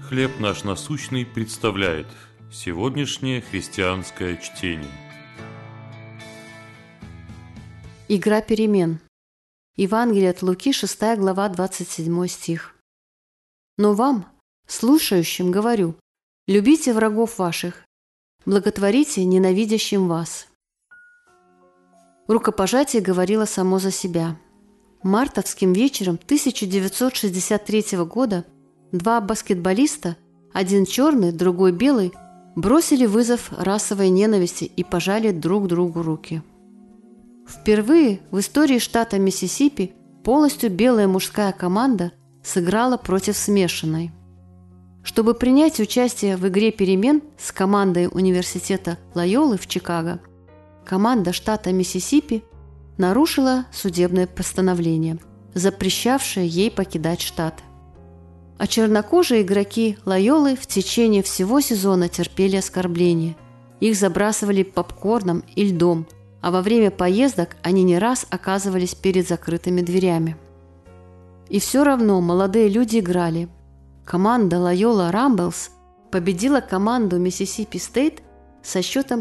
«Хлеб наш насущный» представляет сегодняшнее христианское чтение. Игра перемен. Евангелие от Луки, 6 глава, 27 стих. «Но вам, слушающим, говорю, любите врагов ваших, благотворите ненавидящим вас». Рукопожатие говорило само за себя. Мартовским вечером 1963 года два баскетболиста, один черный, другой белый, бросили вызов расовой ненависти и пожали друг другу руки. Впервые в истории штата Миссисипи полностью белая мужская команда сыграла против смешанной. Чтобы принять участие в игре перемен с командой университета Лойолы в Чикаго, команда штата Миссисипи нарушила судебное постановление, запрещавшее ей покидать штат. А чернокожие игроки Лойолы в течение всего сезона терпели оскорбления. Их забрасывали попкорном и льдом, а во время поездок они не раз оказывались перед закрытыми дверями. И все равно молодые люди играли. Команда Лойола Рамблс победила команду Миссисипи Стейт со счетом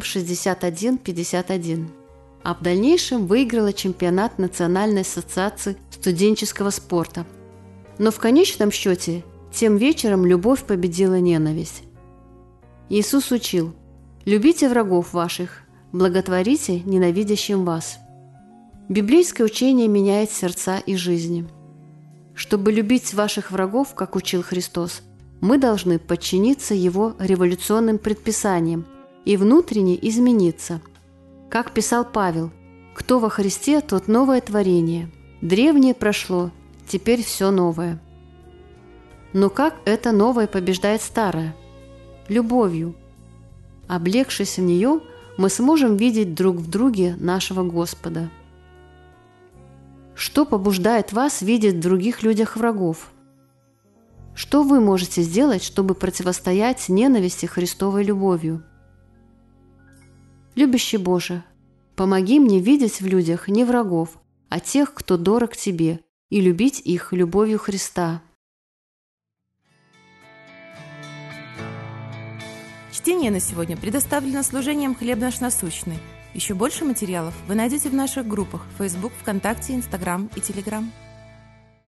61-51, а в дальнейшем выиграла чемпионат Национальной ассоциации студенческого спорта. Но в конечном счете тем вечером любовь победила ненависть. Иисус учил: «Любите врагов ваших, благотворите ненавидящим вас». Библейское учение меняет сердца и жизни. Чтобы любить ваших врагов, как учил Христос, мы должны подчиниться Его революционным предписаниям и внутренне измениться. Как писал Павел: «Кто во Христе, тот новое творение. Древнее прошло, теперь все новое». Но как это новое побеждает старое? Любовью. Облегшись в нее, мы сможем видеть друг в друге нашего Господа. Что побуждает вас видеть в других людях врагов? Что вы можете сделать, чтобы противостоять ненависти Христовой любовью? Любящий Боже, помоги мне видеть в людях не врагов, а тех, кто дорог Тебе, и любить их любовью Христа. Чтение на сегодня предоставлено служением «Хлеб наш насущный». Еще больше материалов вы найдете в наших группах Facebook, ВКонтакте, Instagram и Telegram.